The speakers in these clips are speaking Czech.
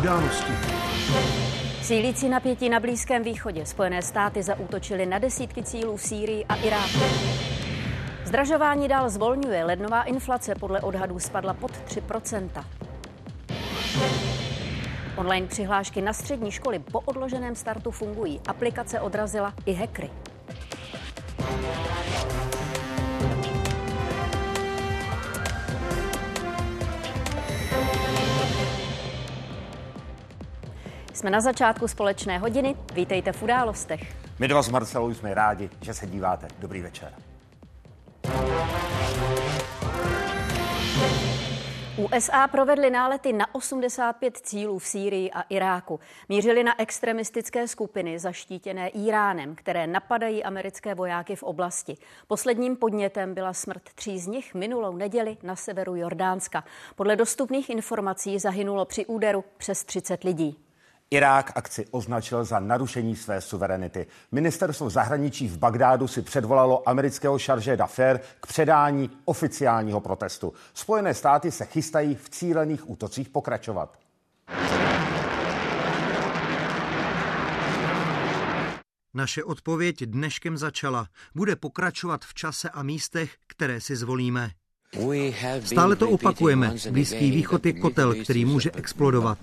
události. Sílící napětí na Blízkém východě. Spojené státy zaútočily na desítky cílů v Sýrii a Iráku. Zdražování dál zvolňuje. Lednová inflace podle odhadů spadla pod 3%. Online přihlášky na střední školy po odloženém startu fungují. Aplikace odrazila i hackery. Jsme na začátku společné hodiny. Vítejte v Událostech. My dva s Marcelou jsme rádi, že se díváte. Dobrý večer. USA provedly nálety na 85 cílů v Sýrii a Iráku. Mířili na extremistické skupiny zaštítěné Íránem, které napadají americké vojáky v oblasti. Posledním podnětem byla smrt 3 z nich minulou neděli na severu Jordánska. Podle dostupných informací zahynulo při úderu přes 30 lidí. Irák akci označil za narušení své suverenity. Ministerstvo zahraničí v Bagdádu si předvolalo amerického šarže d'affaires k předání oficiálního protestu. Spojené státy se chystají v cílených útocích pokračovat. Naše odpověď dneškem začala. Bude pokračovat v čase a místech, které si zvolíme. Stále to opakujeme. Blízký východ je kotel, který může explodovat.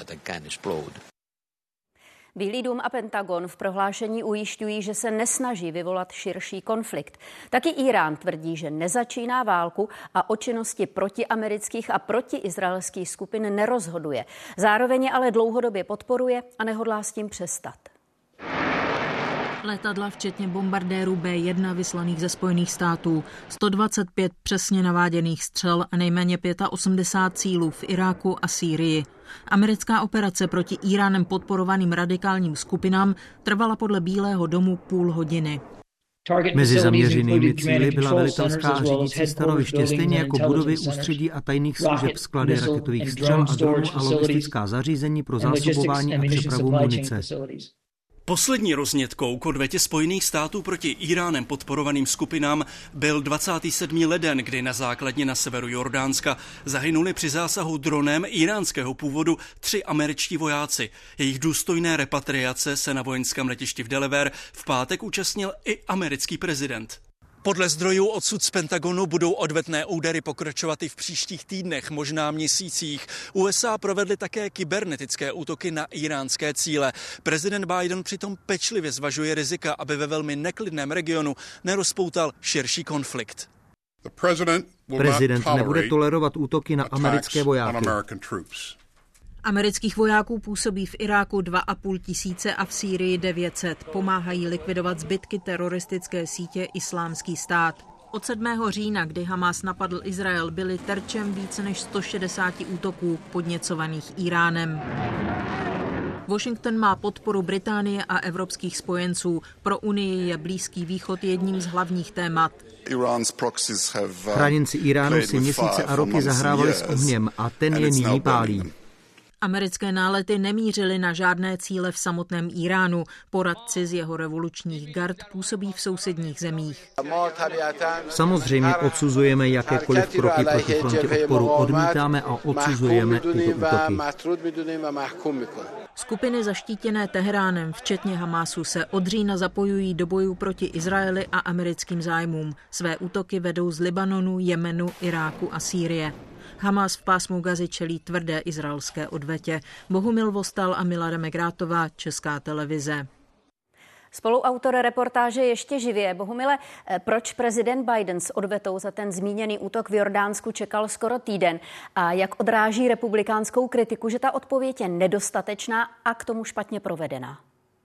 Bílý dům a Pentagon v prohlášení ujišťují, že se nesnaží vyvolat širší konflikt. Taky Írán tvrdí, že nezačíná válku a o činnosti protiamerických a protiizraelských skupin nerozhoduje. Zároveň je ale dlouhodobě podporuje a nehodlá s tím přestat. Letadla včetně bombardérů B-1 vyslaných ze Spojených států, 125 přesně naváděných střel a nejméně 85 cílů v Iráku a Sýrii. Americká operace proti Íránem podporovaným radikálním skupinám trvala podle Bílého domu půl hodiny. Mezi zaměřenými cíli byla velitelská a řídící stanoviště, stejně jako budovy ústředí a tajných služeb, sklady raketových střel a dronů a logistická zařízení pro zásobování a přepravu munice. Poslední roznětkou k odvetě Spojených států proti Íránem podporovaným skupinám byl 27. leden, kdy na základně na severu Jordánska zahynuli při zásahu dronem íránského původu 3 američtí vojáci. Jejich důstojné repatriace se na vojenském letišti v Delaware v pátek účastnil i americký prezident. Podle zdrojů odsud z Pentagonu budou odvetné údery pokračovat i v příštích týdnech, možná měsících. USA provedly také kybernetické útoky na íránské cíle. Prezident Biden přitom pečlivě zvažuje rizika, aby ve velmi neklidném regionu nerozpoutal širší konflikt. Prezident nebude tolerovat útoky na americké vojáky. Amerických vojáků působí v Iráku 2,5 tisíce a v Sýrii 900. Pomáhají likvidovat zbytky teroristické sítě Islámský stát. Od 7. října, kdy Hamas napadl Izrael, byli terčem více než 160 útoků podněcovaných Íránem. Washington má podporu Británie a evropských spojenců. Pro Unii je Blízký východ jedním z hlavních témat. Chráněnci Íránu si měsíce a roky zahrávali s ohněm a ten je nyní pálí. Americké nálety nemířily na žádné cíle v samotném Íránu. Poradci z jeho revolučních gard působí v sousedních zemích. Samozřejmě odsuzujeme jakékoliv kroky proti frontě odporu. Odmítáme a odsuzujeme tyto útoky. Skupiny zaštítěné Teheránem, včetně Hamasu, se od října zapojují do bojů proti Izraeli a americkým zájmům. Své útoky vedou z Libanonu, Jemenu, Iráku a Sýrie. Hamas v pásmu Gazy čelí tvrdé izraelské odvetě. Bohumil Vostal a Milada Megrátová, Česká televize. Spoluautor reportáže Ještě živě. Bohumile, proč prezident Biden s odvetou za ten zmíněný útok v Jordánsku čekal skoro týden? A jak odráží republikánskou kritiku, že ta odpověď je nedostatečná a k tomu špatně provedená?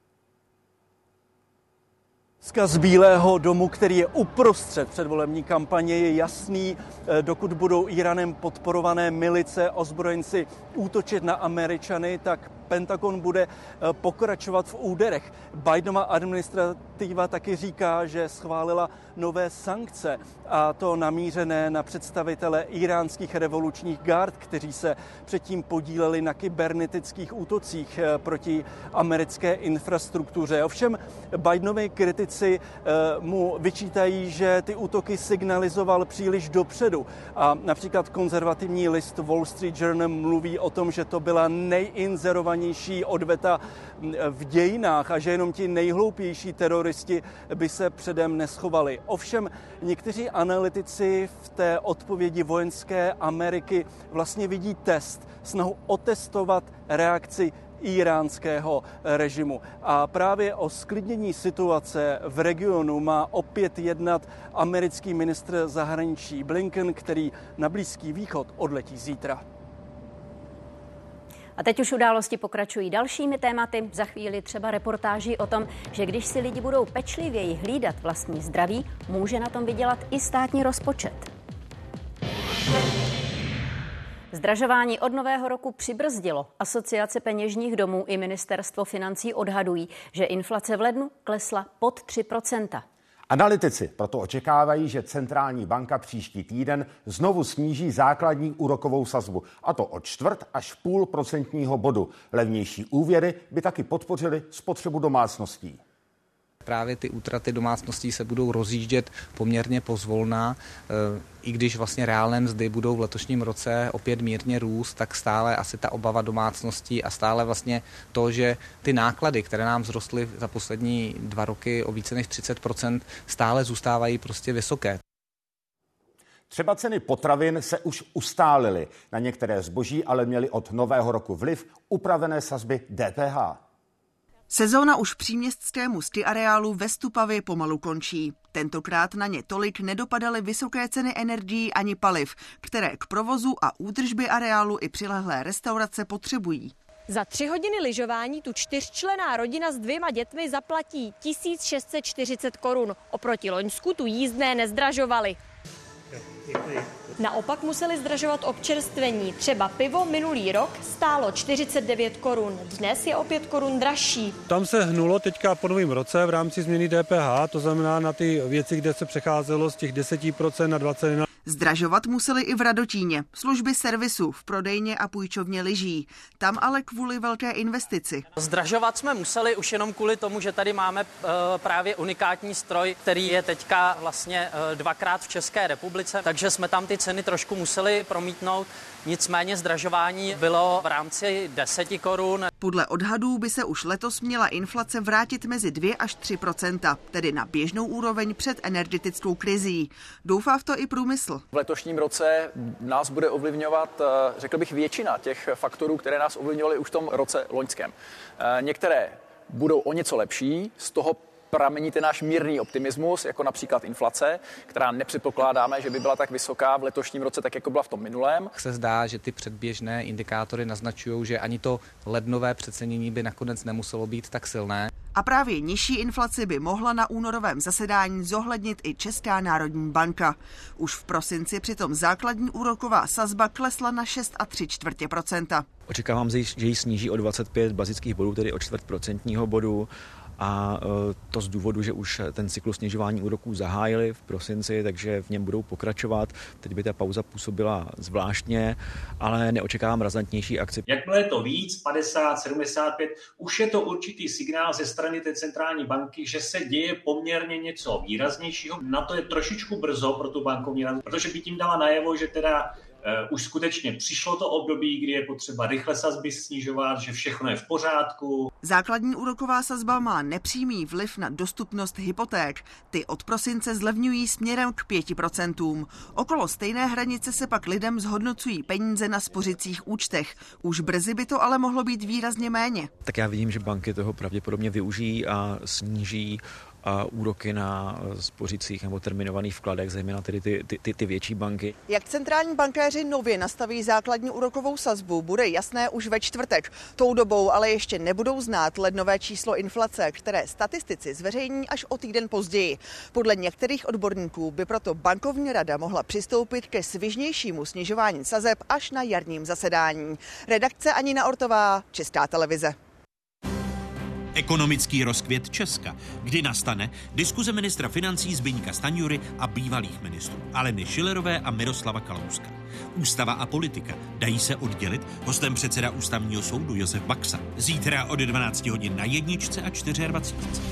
Vzkaz Bílého domu, který je uprostřed předvolební kampaně, je jasný. Dokud budou Íranem podporované milice, ozbrojenci útočit na Američany, tak Pentagon bude pokračovat v úderech. Bidenova administrativa taky říká, že schválila nové sankce, a to namířené na představitele iránských revolučních gard, kteří se předtím podíleli na kybernetických útocích proti americké infrastruktuře. Ovšem Bidenovi kritici mu vyčítají, že ty útoky signalizoval příliš dopředu. A například konzervativní list Wall Street Journal mluví o tom, že to byla nejinzerovanější odveta v dějinách a že jenom ti nejhloupější teroristi by se předem neschovali. Ovšem někteří analytici v té odpovědi vojenské Ameriky vlastně vidí test, snahu otestovat reakci iránského režimu. A právě o zklidnění situace v regionu má opět jednat americký ministr zahraničí Blinken, který na Blízký východ odletí zítra. A teď už události pokračují dalšími tématy. Za chvíli třeba reportáží o tom, že když si lidi budou pečlivěji hlídat vlastní zdraví, může na tom vydělat i státní rozpočet. Zdražování od nového roku přibrzdilo. Asociace peněžních domů i ministerstvo financí odhadují, že inflace v lednu klesla pod 3%. Analytici proto očekávají, že centrální banka příští týden znovu sníží základní úrokovou sazbu, a to o 1/4 až 0,5% bodu. Levnější úvěry by taky podpořily spotřebu domácností. Právě ty útraty domácností se budou rozjíždět poměrně pozvolna. I když vlastně reálné mzdy budou v letošním roce opět mírně růst, tak stále asi ta obava domácností a stále vlastně to, že ty náklady, které nám vzrostly za poslední 2 roky o více než 30%, stále zůstávají prostě vysoké. Třeba ceny potravin se už ustálily. Na některé zboží ale měly od nového roku vliv upravené sazby DPH. Sezóna už v příměstskému skiareálu ve Stupavě pomalu končí. Tentokrát na ně tolik nedopadaly vysoké ceny energií ani paliv, které k provozu a údržbě areálu i přilehlé restaurace potřebují. Za 3 hodiny lyžování tu 4členná rodina s 2 dětmi zaplatí 1640 korun. Oproti loňsku tu jízdné nezdražovaly. Naopak museli zdražovat občerstvení. Třeba pivo minulý rok stálo 49 korun. Dnes je o 5 korun dražší. Tam se hnulo teďka po novém roce v rámci změny DPH, to znamená na ty věci, kde se přecházelo z těch 10% na 21%. Zdražovat museli i v Radotíně. Služby servisu v prodejně a půjčovně lyží. Tam ale kvůli velké investici. Zdražovat jsme museli už jenom kvůli tomu, že tady máme právě unikátní stroj, který je teďka vlastně 2krát v České republice, takže jsme tam ty ceny trošku museli promítnout. Nicméně zdražování bylo v rámci 10 korun. Podle odhadů by se už letos měla inflace vrátit mezi 2 až 3%, tedy na běžnou úroveň před energetickou krizí. Doufá v to i průmysl. V letošním roce nás bude ovlivňovat, řekl bych, většina těch faktorů, které nás ovlivňovaly už v tom roce loňském. Některé budou o něco lepší, z toho pramení ten náš mírný optimismus, jako například inflace, která nepředpokládáme, že by byla tak vysoká v letošním roce, tak jako byla v tom minulém. Se zdá, že ty předběžné indikátory naznačují, že ani to lednové přecenění by nakonec nemuselo být tak silné. A právě nižší inflaci by mohla na únorovém zasedání zohlednit i Česká národní banka. Už v prosinci přitom základní úroková sazba klesla na 6,75%. Očekávám, že ji sníží o 25 bazických bodů, tedy o 0,25% bodu. A to z důvodu, že už ten cyklus snižování úroků zahájili v prosinci, takže v něm budou pokračovat. Teď by ta pauza působila zvláštně, ale neočekávám razantnější akci. Jakmile je to víc, 50, 75, už je to určitý signál ze strany té centrální banky, že se děje poměrně něco výraznějšího. Na to je trošičku brzo pro tu bankovní radu, protože by tím dala najevo, že teda už skutečně přišlo to období, kdy je potřeba rychle sazby snižovat, že všechno je v pořádku. Základní úroková sazba má nepřímý vliv na dostupnost hypoték. Ty od prosince zlevňují směrem k 5%. Okolo stejné hranice se pak lidem zhodnocují peníze na spořicích účtech. Už brzy by to ale mohlo být výrazně méně. Tak já vidím, že banky toho pravděpodobně využijí a sníží úroky na spořicích nebo terminovaných vkladech, zejména tedy ty větší banky. Jak centrální bankéři nově nastaví základní úrokovou sazbu, bude jasné už ve čtvrtek. Tou dobou ale ještě nebudou znát lednové číslo inflace, které statistici zveřejní až o týden později. Podle některých odborníků by proto bankovní rada mohla přistoupit ke svižnějšímu snižování sazeb až na jarním zasedání. Redakce Anina Ortová, Česká televize. Ekonomický rozkvět Česka. Kdy nastane? Diskuze ministra financí Zbyňka Stanjury a bývalých ministrů Aleny Schillerové a Miroslava Kalouska. Ústava a politika. Dají se oddělit? Hostem předseda Ústavního soudu Josef Baxa. Zítra od 12 hodin na Jedničce a 24.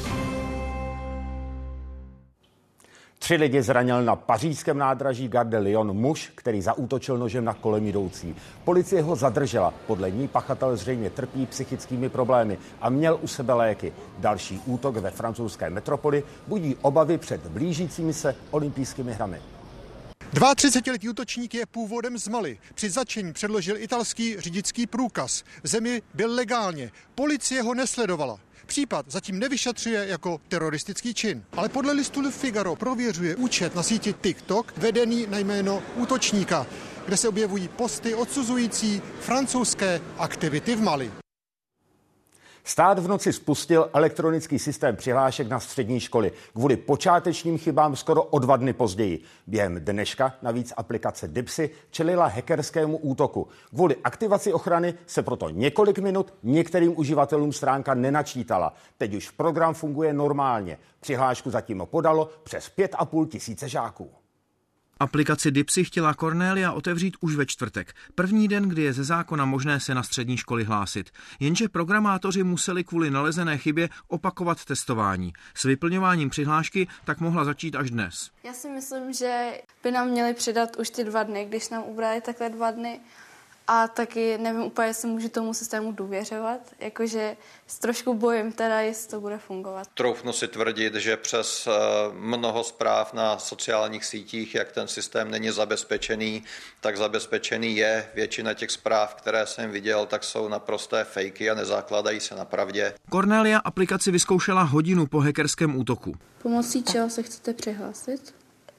3 lidi zranil na pařížském nádraží Gare de Lyon muž, který zaútočil nožem na kolem jdoucí. Policie ho zadržela. Podle ní pachatel zřejmě trpí psychickými problémy a měl u sebe léky. Další útok ve francouzské metropoli budí obavy před blížícími se olympijskými hrami. 32letý útočník je původem z Mali. Při zatčení předložil italský řidičský průkaz. V zemi byl legálně. Policie ho nesledovala. Případ zatím nevyšetřuje jako teroristický čin. Ale podle listu Le Figaro prověřuje účet na síti TikTok vedený na jméno útočníka, kde se objevují posty odsuzující francouzské aktivity v Mali. Stát v noci spustil elektronický systém přihlášek na střední školy. Kvůli počátečním chybám skoro o 2 dny později. Během dneška navíc aplikace DIPSy čelila hackerskému útoku. Kvůli aktivaci ochrany se proto několik minut některým uživatelům stránka nenačítala. Teď už program funguje normálně. Přihlášku zatím podalo přes 5,5 tisíce žáků. Aplikaci DIPSy chtěla Cornelia otevřít už ve čtvrtek. První den, kdy je ze zákona možné se na střední školy hlásit. Jenže programátoři museli kvůli nalezené chybě opakovat testování. S vyplňováním přihlášky tak mohla začít až dnes. Já si myslím, že by nám měli přidat už ty 2 dny, když nám ubrali takhle 2 dny. A taky nevím úplně, jestli můžu tomu systému důvěřovat, jakože s trošku bojím teda, jestli to bude fungovat. Troufnu si tvrdit, že přes mnoho zpráv na sociálních sítích, jak ten systém není zabezpečený, tak zabezpečený je. Většina těch zpráv, které jsem viděl, tak jsou naprosté fejky a nezákladají se na pravdě. Cornelia aplikaci vyzkoušela hodinu po hackerském útoku. Pomocí čeho se chcete přihlásit?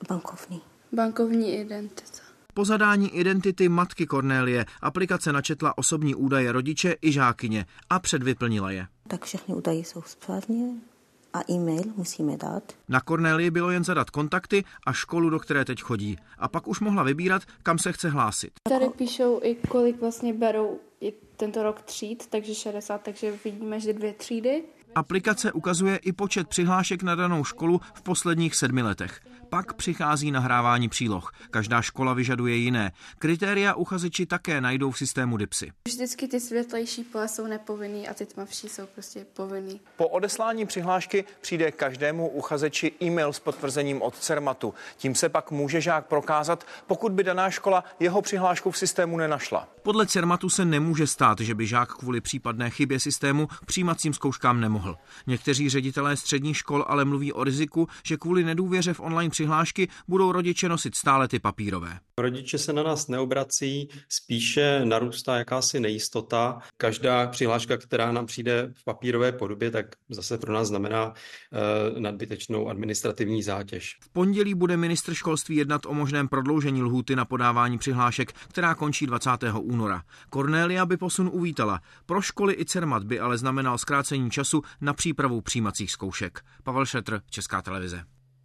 Bankovní identita. Po zadání identity matky Cornélie aplikace načetla osobní údaje rodiče i žákyně a předvyplnila je. Tak všechny údaje jsou správně a e-mail musíme dát. Na Cornélii bylo jen zadat kontakty a školu, do které teď chodí. A pak už mohla vybírat, kam se chce hlásit. Tady píšou i kolik vlastně berou i tento rok tříd, takže 60, takže vidíme, že 2 třídy. Aplikace ukazuje i počet přihlášek na danou školu v posledních 7 letech. Pak přichází nahrávání příloh. Každá škola vyžaduje jiné. Kritéria uchazeči také najdou v systému DIPSy. Vždycky ty světlejší pole jsou nepovinný a ty tmavší jsou prostě povinný. Po odeslání přihlášky přijde každému uchazeči e-mail s potvrzením od Cermatu. Tím se pak může žák prokázat, pokud by daná škola jeho přihlášku v systému nenašla. Podle Cermatu se nemůže stát, že by žák kvůli případné chybě systému přijímacím zkouškám nemohl. Někteří ředitelé středních škol ale mluví o riziku, že kvůli nedůvěře v online přihlášky budou rodiče nosit stále ty papírové. Rodiče se na nás neobrací, spíše narůstá jakási nejistota. Každá přihláška, která nám přijde v papírové podobě, tak zase pro nás znamená nadbytečnou administrativní zátěž. V pondělí bude ministr školství jednat o možném prodloužení lhůty na podávání přihlášek, která končí 20. února. Cornélia by posun uvítala. Pro školy i Cermat by ale znamenal zkrácení času na přípravu přijímacích zkoušek. Pavel Šetr, Česká televize.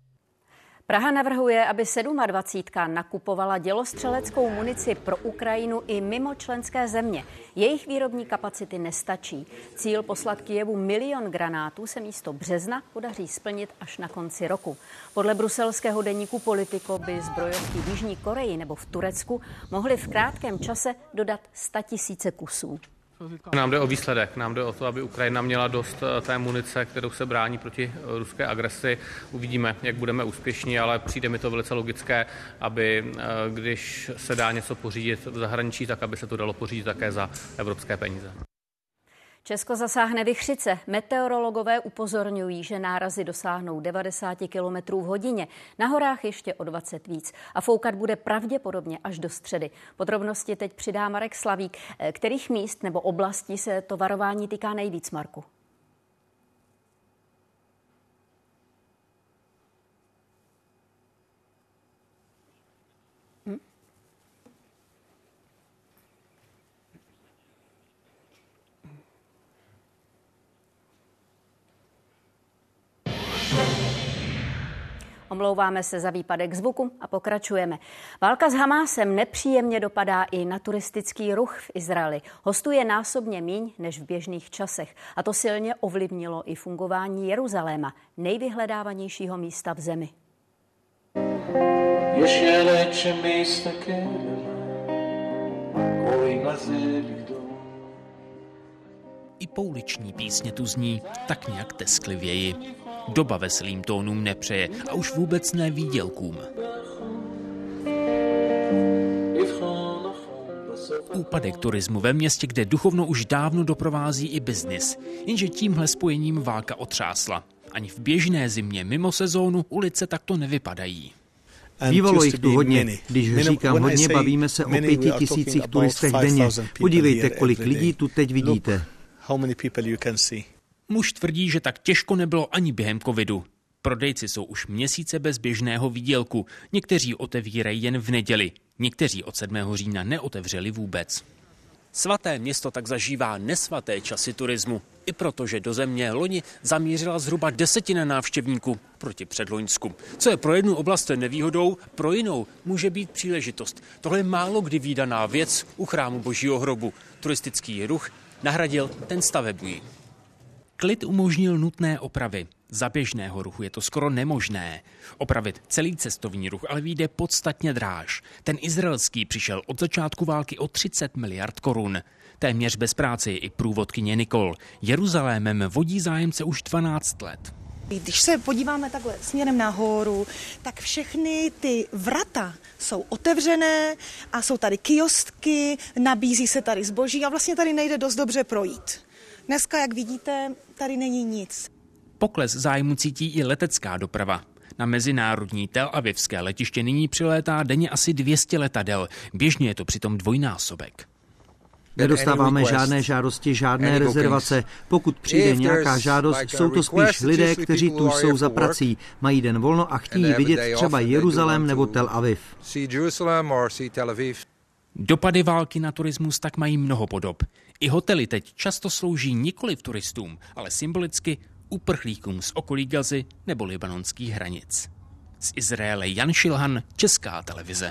Praha navrhuje, aby 27. nakupovala dělostřeleckou munici pro Ukrajinu i mimo členské země. Jejich výrobní kapacity nestačí. Cíl poslat Kyjevu 1 milion granátů se místo března podaří splnit až na konci roku. Podle bruselského deníku Politico by zbrojovky v Jižní Koreji nebo v Turecku mohly v krátkém čase dodat 100 000 kusů. Nám jde o výsledek, nám jde o to, aby Ukrajina měla dost té munice, kterou se brání proti ruské agresi. Uvidíme, jak budeme úspěšní, ale přijde mi to velice logické, aby když se dá něco pořídit v zahraničí, tak aby se to dalo pořídit také za evropské peníze. Česko zasáhne vichřice. Meteorologové upozorňují, že nárazy dosáhnou 90 km v hodině. Na horách ještě o 20 víc. A foukat bude pravděpodobně až do středy. Podrobnosti teď přidá Marek Slavík. Kterých míst nebo oblastí se to varování týká nejvíc, Marku? Omlouváme se za výpadek zvuku a pokračujeme. Válka s Hamásem nepříjemně dopadá i na turistický ruch v Izraeli. Hostů je násobně míň než v běžných časech. A to silně ovlivnilo i fungování Jeruzaléma, nejvyhledávanějšího místa v zemi. I pouliční písně tu zní tak nějak tesklivěji. Doba veselým tónům nepřeje a už vůbec ne výdělkům. Úpadek turismu ve městě, kde duchovno už dávno doprovází i biznis, jenže tímhle spojením válka otřásla. Ani v běžné zimě mimo sezónu ulice takto nevypadají. Bývalo jich tu hodně. Když říkám hodně, bavíme se o 5 000 turistech denně. Podívejte, kolik lidí tu teď vidíte. Muž tvrdí, že tak těžko nebylo ani během covidu. Prodejci jsou už měsíce bez běžného výdělku. Někteří otevírají jen v neděli. Někteří od 7. října neotevřeli vůbec. Svaté město tak zažívá nesvaté časy turismu. I protože do země loni zamířila zhruba 10% návštěvníků proti předloňsku. Co je pro jednu oblast nevýhodou, pro jinou může být příležitost. Tohle je málo kdy vídaná věc u chrámu Božího hrobu. Turistický ruch nahradil ten stavební. Klid umožnil nutné opravy. Za běžného ruchu je to skoro nemožné. Opravit celý cestovní ruch ale vyjde podstatně dráž. Ten izraelský přišel od začátku války o 30 miliard korun. Téměř bez práce je i průvodkyně Nicole. Jeruzalémem vodí zájemce už 12 let. Když se podíváme takhle směrem nahoru, tak všechny ty vrata jsou otevřené a jsou tady kiosky, nabízí se tady zboží a vlastně tady nejde dost dobře projít. Dneska, jak vidíte, tady není nic. Pokles zájmu cítí i letecká doprava. Na mezinárodní Tel Avivské letiště nyní přilétá denně asi 200 letadel. Běžně je to přitom dvojnásobek. Nedostáváme žádné žádosti, žádné rezervace. Pokud přijde nějaká žádost, jsou to spíš lidé, kteří tu jsou za prací, mají den volno a chtějí vidět třeba Jeruzalém nebo Tel Aviv. Dopady války na turismus tak mají mnoho podob. I hotely teď často slouží nikoli turistům, ale symbolicky uprchlíkům z okolí Gazy nebo libanonských hranic. Z Izraele Jan Šilhan, Česká televize.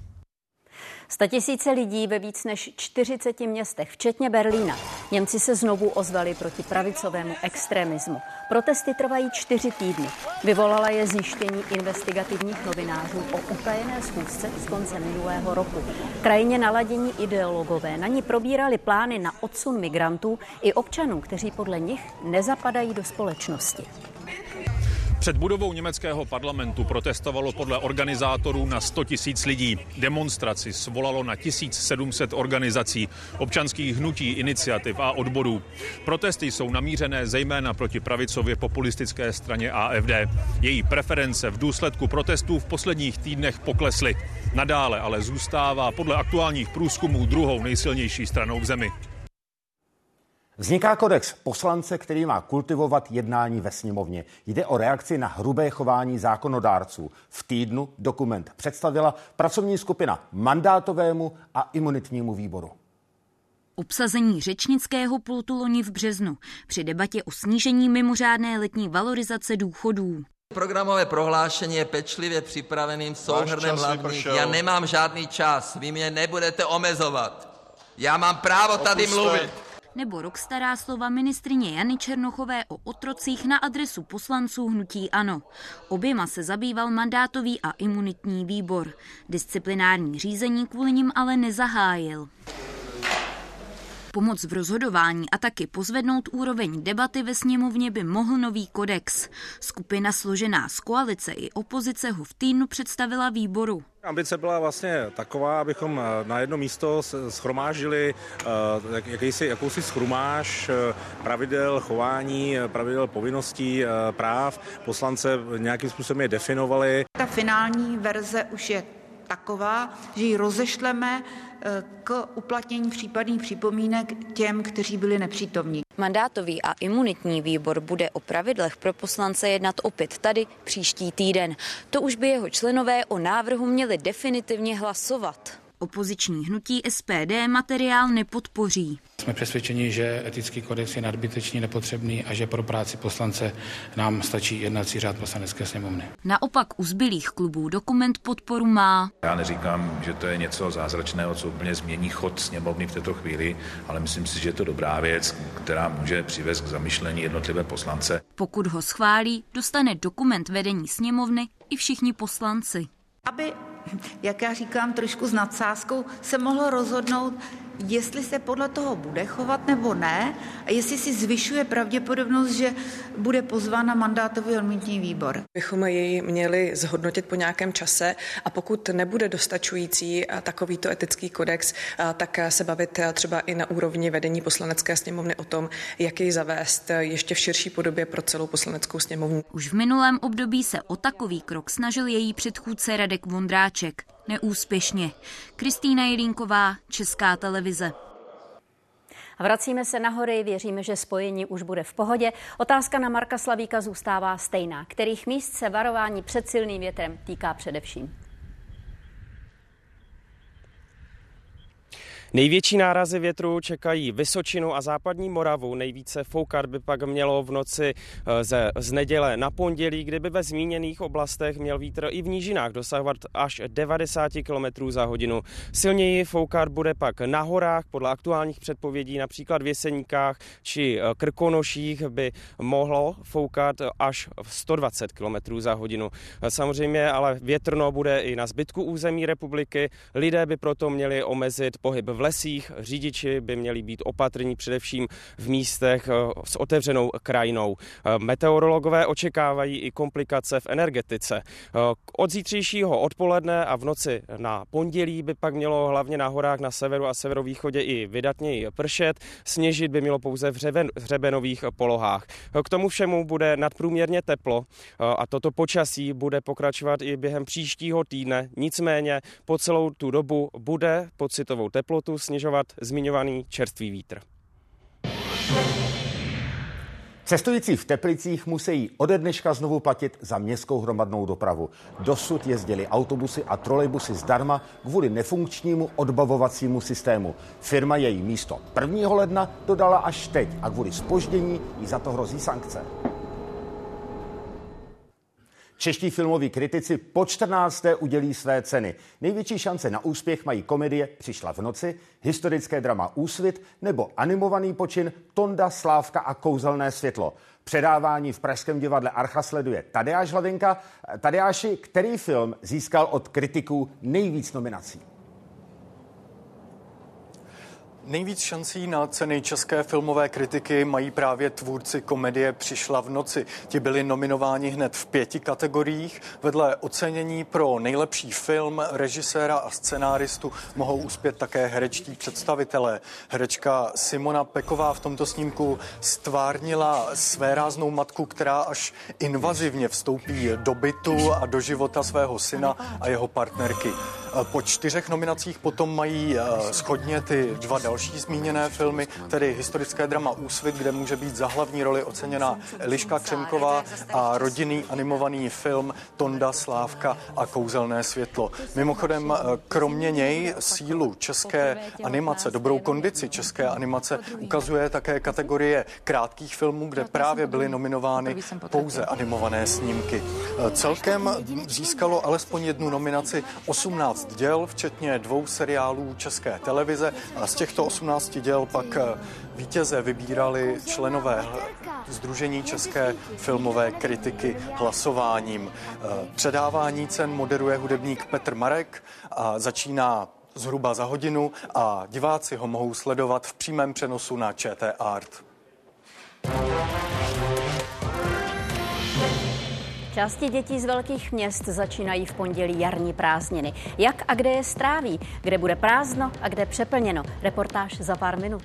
100 000 lidí ve víc než 40 městech, včetně Berlína. Němci se znovu ozvali proti pravicovému extremismu. Protesty trvají 4 týdny. Vyvolala je zjištění investigativních novinářů o utajené schůzce z konce minulého roku. Krajně naladění ideologové na ní probírali plány na odsun migrantů i občanů, kteří podle nich nezapadají do společnosti. Před budovou německého parlamentu protestovalo podle organizátorů na 100 000 lidí. Demonstraci svolalo na 1700 organizací, občanských hnutí, iniciativ a odborů. Protesty jsou namířené zejména proti pravicově populistické straně AfD. Její preference v důsledku protestů v posledních týdnech poklesly. Nadále ale zůstává podle aktuálních průzkumů druhou nejsilnější stranou v zemi. Vzniká kodex poslance, který má kultivovat jednání ve sněmovně. Jde o reakci na hrubé chování zákonodárců. V týdnu dokument představila pracovní skupina mandátovému a imunitnímu výboru. Obsazení řečnického pultu loni v březnu při debatě o snížení mimořádné letní valorizace důchodů. Programové prohlášení je pečlivě připraveným souhrnem hlavních. Já nemám žádný čas, vy mě nebudete omezovat. Já mám právo tady mluvit. Nebo rok stará slova ministryně Jany Černochové o otrocích na adresu poslanců hnutí ANO. Oběma se zabýval mandátový a imunitní výbor. Disciplinární řízení kvůli nim ale nezahájil. Pomoc v rozhodování a taky pozvednout úroveň debaty ve sněmovně by mohl nový kodex. Skupina složená z koalice i opozice ho v týdnu představila výboru. Ambice byla vlastně taková, abychom na jedno místo shromáždili jakousi shromáž pravidel chování, pravidel povinností, práv. Poslance nějakým způsobem je definovali. Ta finální verze už je taková, že ji rozešleme k uplatnění případných připomínek těm, kteří byli nepřítomní. Mandátový a imunitní výbor bude o pravidlech pro poslance jednat opět tady příští týden. To už by jeho členové o návrhu měli definitivně hlasovat. Opoziční hnutí SPD materiál nepodpoří. Jsme přesvědčeni, že etický kodex je nadbytečný, nepotřebný a že pro práci poslance nám stačí jednací řád Poslanecké sněmovny. Naopak u zbylých klubů dokument podporu má. Já neříkám, že to je něco zázračného, co úplně změní chod sněmovny v této chvíli, ale myslím si, že je to dobrá věc, která může přivést k zamyšlení jednotlivé poslance. Pokud ho schválí, dostane dokument vedení sněmovny i všichni poslanci. Aby, jak já říkám, trošku s nadsázkou se mohlo rozhodnout, jestli se podle toho bude chovat nebo ne a jestli si zvyšuje pravděpodobnost, že bude pozván na mandátový a imunitní výbor. Bychom jej měli zhodnotit po nějakém čase a pokud nebude dostačující takovýto etický kodex, tak se bavit třeba i na úrovni vedení Poslanecké sněmovny o tom, jak jej zavést ještě v širší podobě pro celou Poslaneckou sněmovnu. Už v minulém období se o takový krok snažil její předchůdce Radek Vondráček. Neúspěšně. Kristýna Jelínková, Česká televize. A vracíme se na hory, věříme, že spojení už bude v pohodě. Otázka na Marka Slavíka zůstává stejná. Kterých míst se varování před silným větrem týká především? Největší nárazy větru čekají Vysočinu a západní Moravu. Nejvíce foukat by pak mělo v noci z neděle na pondělí, kdyby ve zmíněných oblastech měl vítr i v nížinách dosahovat až 90 km za hodinu. Silněji foukat bude pak na horách, podle aktuálních předpovědí, například v Jeseníkách či Krkonoších by mohlo foukat až 120 km za hodinu. Samozřejmě ale větrno bude i na zbytku území republiky. Lidé by proto měli omezit pohyb v lesích, řidiči by měli být opatrní především v místech s otevřenou krajinou. Meteorologové očekávají i komplikace v energetice. Od zítřejšího odpoledne a v noci na pondělí by pak mělo hlavně na horách na severu a severovýchodě i vydatněji pršet. Sněžit by mělo pouze v hřebenových polohách. K tomu všemu bude nadprůměrně teplo a toto počasí bude pokračovat i během příštího týdne. Nicméně po celou tu dobu bude pocitovou teplotu snižovat zmiňovaný čerstvý vítr. Cestující v Teplicích musí ode dneška znovu platit za městskou hromadnou dopravu. Dosud jezdili autobusy a trolejbusy zdarma kvůli nefunkčnímu odbavovacímu systému. Firma její místo 1. ledna dodala až teď a kvůli zpoždění jí za to hrozí sankce. Čeští filmoví kritici po 14. udělí své ceny. Největší šance na úspěch mají komedie Přišla v noci, historické drama Úsvit nebo animovaný počin Tonda, Slávka a kouzelné světlo. Předávání v pražském divadle Archa sleduje Tadeáš Hlavinka. Tadeáši, který film získal od kritiků nejvíc nominací? Nejvíc šancí na ceny české filmové kritiky mají právě tvůrci komedie Přišla v noci. Ti byli nominováni hned v 5 kategoriích. Vedle ocenění pro nejlepší film, režiséra a scenáristu mohou uspět také herečtí představitelé. Herečka Simona Peková v tomto snímku stvárnila svéráznou matku, která až invazivně vstoupí do bytu a do života svého syna a jeho partnerky. Po 4 nominacích potom mají shodně ty 2 další zmíněné filmy, tedy historické drama Úsvit, kde může být za hlavní roli oceněna Eliška Křemková, a rodinný animovaný film Tonda, Slávka a kouzelné světlo. Mimochodem, kromě něj sílu české animace, dobrou kondici české animace ukazuje také kategorie krátkých filmů, kde právě byly nominovány pouze animované snímky. Celkem získalo alespoň 1 nominaci 18 děl, včetně 2 seriálů České televize, a z těchto 18 děl pak vítěze vybírali členové Sdružení české filmové kritiky hlasováním. Předávání cen moderuje hudebník Petr Marek a začíná zhruba za hodinu a diváci ho mohou sledovat v přímém přenosu na ČT Art. Části dětí z velkých měst začínají v pondělí jarní prázdniny. Jak a kde je stráví? Kde bude prázdno a kde přeplněno? Reportáž za pár minut.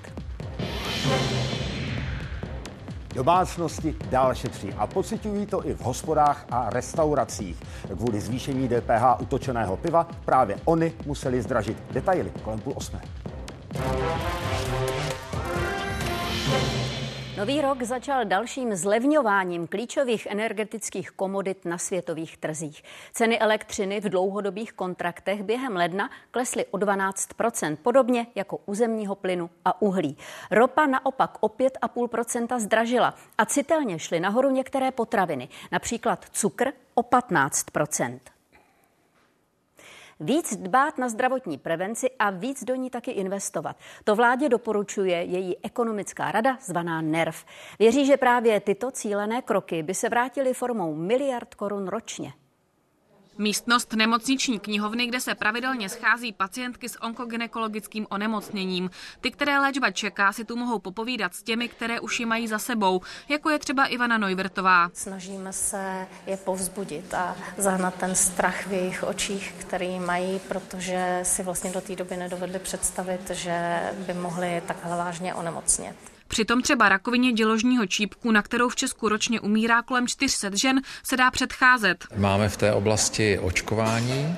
Domácnosti dál šetří a pociťují to i v hospodách a restauracích. Kvůli zvýšení DPH utočeného piva právě oni museli zdražit. Detaily kolem 7:30. Nový rok začal dalším zlevňováním klíčových energetických komodit na světových trzích. Ceny elektřiny v dlouhodobých kontraktech během ledna klesly o 12%, podobně jako u zemního plynu a uhlí. Ropa naopak o 5,5% zdražila a citelně šly nahoru některé potraviny, například cukr o 15%. Víc dbát na zdravotní prevenci a víc do ní taky investovat. To vládě doporučuje její ekonomická rada zvaná NERV. Věří, že právě tyto cílené kroky by se vrátily formou miliard korun ročně. Místnost nemocniční knihovny, kde se pravidelně schází pacientky s onkogynekologickým onemocněním. Ty, které léčba čeká, si tu mohou popovídat s těmi, které už ji mají za sebou, jako je třeba Ivana Neuwirtová. Snažíme se je povzbudit a zahnat ten strach v jejich očích, který mají, protože si vlastně do té doby nedovedli představit, že by mohli takhle vážně onemocnět. Přitom třeba rakovině děložního čípku, na kterou v Česku ročně umírá kolem 400 žen, se dá předcházet. Máme v té oblasti očkování,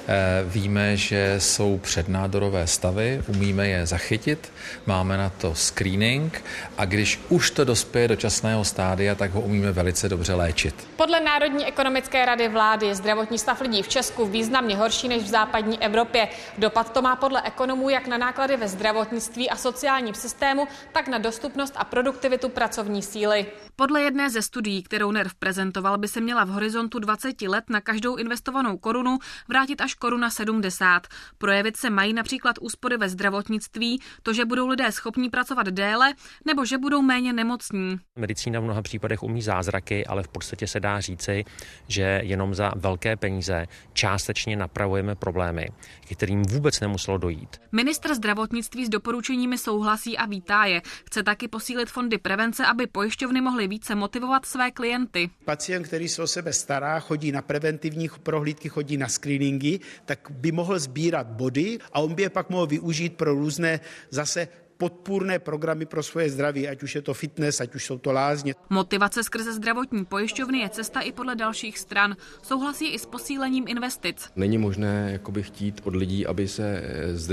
víme, že jsou přednádorové stavy, umíme je zachytit, máme na to screening a když už to dospěje do časného stádia, tak ho umíme velice dobře léčit. Podle Národní ekonomické rady vlády je zdravotní stav lidí v Česku významně horší než v západní Evropě. Dopad to má podle ekonomů jak na náklady ve zdravotnictví a sociálním systému, tak na dostupnost a produktivitu pracovní síly. Podle jedné ze studií, kterou NERV prezentoval, by se měla v horizontu 20 let na každou investovanou korunu vrátit až koruna 70. Projevit se mají například úspory ve zdravotnictví, to, že budou lidé schopní pracovat déle, nebo že budou méně nemocní. Medicína v mnoha případech umí zázraky, ale v podstatě se dá říci, že jenom za velké peníze částečně napravujeme problémy, ke kterým vůbec nemuselo dojít. Ministr zdravotnictví s doporučeními souhlasí a vítá je. Chce taky posílit fondy prevence, aby pojišťovny mohly více motivovat své klienty. Pacient, který se o sebe stará, chodí na preventivní prohlídky, chodí na screeningy, tak by mohl sbírat body a on by je pak mohl využít pro různé zase podpůrné programy pro svoje zdraví, ať už je to fitness, ať už jsou to lázně. Motivace skrze zdravotní pojišťovny je cesta i podle dalších stran. Souhlasí i s posílením investic. Není možné chtít od lidí, aby se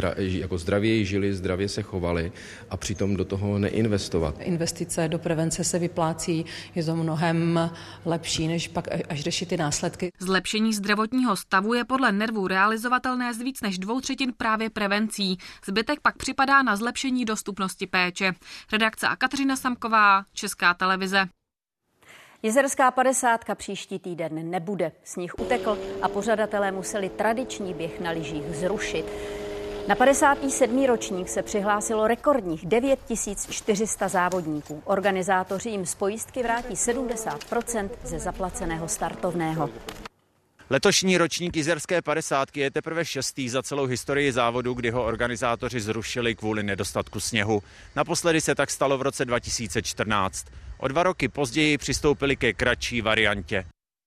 zdravěji žili, zdravě se chovali a přitom do toho neinvestovat. Investice do prevence se vyplácí, je to mnohem lepší, než pak až řešit ty následky. Zlepšení zdravotního stavu je podle NERVu realizovatelné z víc než 2/3 právě prevencí. Zbytek pak připadá na zlepšení dostupnosti péče. Redakce a Kateřina Samková, Česká televize. Jezerská 50 příští týden nebude. Sníh utekl a pořadatelé museli tradiční běh na lyžích zrušit. Na 57. ročník se přihlásilo rekordních 9400 závodníků. Organizátoři jim z pojistky vrátí 70% ze zaplaceného startovného. Letošní ročník Jizerské 50 je teprve 6. za celou historii závodu, kdy ho organizátoři zrušili kvůli nedostatku sněhu. Naposledy se tak stalo v roce 2014. O 2 roky později přistoupili ke kratší variantě.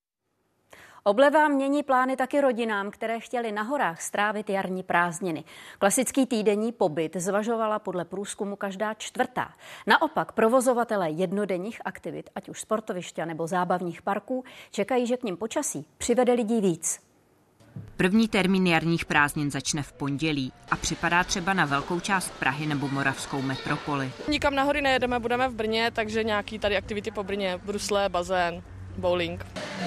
Obleva mění plány taky rodinám, které chtěly na horách strávit jarní prázdniny. Klasický týdenní pobyt zvažovala podle průzkumu každá 4. Naopak provozovatelé jednodenních aktivit, ať už sportoviště nebo zábavních parků, čekají, že k nim počasí přivede lidí víc. První termín jarních prázdnin začne v pondělí a připadá třeba na velkou část Prahy nebo moravskou metropoli. Nikam na hory nejedeme, budeme v Brně, takže nějaký tady aktivity po Brně, brusle, bazén, bowling.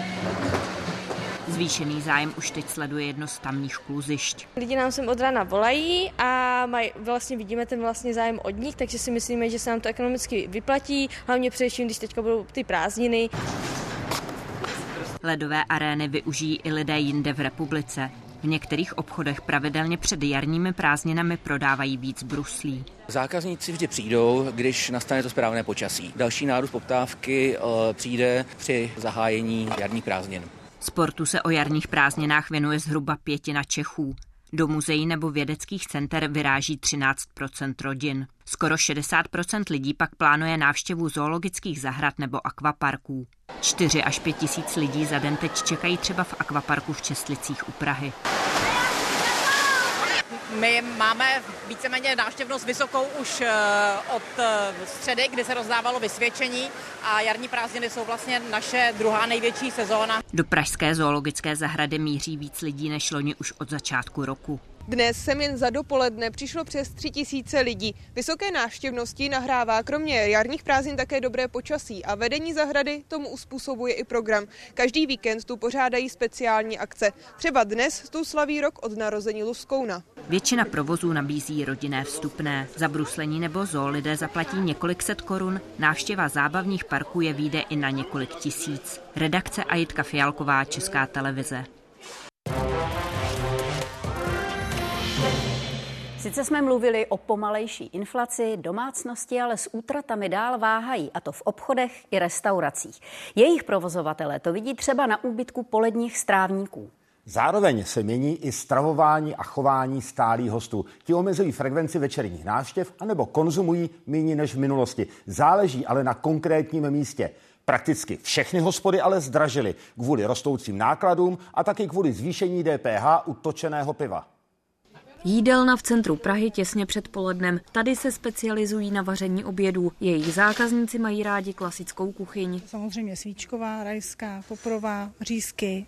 Zvýšený zájem už teď sleduje jedno z tamních kluzišť. Lidi nám sem od rána volají a vidíme ten zájem od nich, takže si myslíme, že se nám to ekonomicky vyplatí, hlavně především, když teďka budou ty prázdniny. Ledové arény využijí i lidé jinde v republice. V některých obchodech pravidelně před jarními prázdninami prodávají víc bruslí. Zákazníci vždy přijdou, když nastane to správné počasí. Další nárůst poptávky přijde při zahájení jarních prázdnin. Sportu se o jarních prázdninách věnuje zhruba 1/5 Čechů. Do muzeí nebo vědeckých center vyráží 13% rodin. Skoro 60% lidí pak plánuje návštěvu zoologických zahrad nebo akvaparků. 4 až 5 tisíc lidí za den teď čekají třeba v akvaparku v Čestlicích u Prahy. My máme víceméně návštěvnost vysokou už od středy, kdy se rozdávalo vysvědčení a jarní prázdniny jsou vlastně naše druhá největší sezóna. Do pražské zoologické zahrady míří víc lidí než loni už od začátku roku. Dnes sem jen za dopoledne přišlo přes 3000 lidí. Vysoké návštěvnosti nahrává kromě jarních prázdnin také dobré počasí a vedení zahrady tomu uspůsobuje i program. Každý víkend tu pořádají speciální akce. Třeba dnes tu slaví rok od narození Luskouna. Většina provozů nabízí rodinné vstupné. Za bruslení nebo zoo lidé zaplatí několik set korun. Návštěva zábavních parků je vyjde i na několik tisíc. Redakce a Jitka Fialková, Česká televize. Sice jsme mluvili o pomalejší inflaci, domácnosti ale s útratami dál váhají, a to v obchodech i restauracích. Jejich provozovatelé to vidí třeba na úbytku poledních strávníků. Zároveň se mění i stravování a chování stálých hostů. Ti omezují frekvenci večerních návštěv anebo konzumují méně než v minulosti. Záleží ale na konkrétním místě. Prakticky všechny hospody ale zdražily kvůli rostoucím nákladům a taky kvůli zvýšení DPH u točeného piva. Jídelna v centru Prahy těsně před polednem. Tady se specializují na vaření obědů. Jejich zákazníci mají rádi klasickou kuchyň. Samozřejmě svíčková, rajská, poprová, řízky.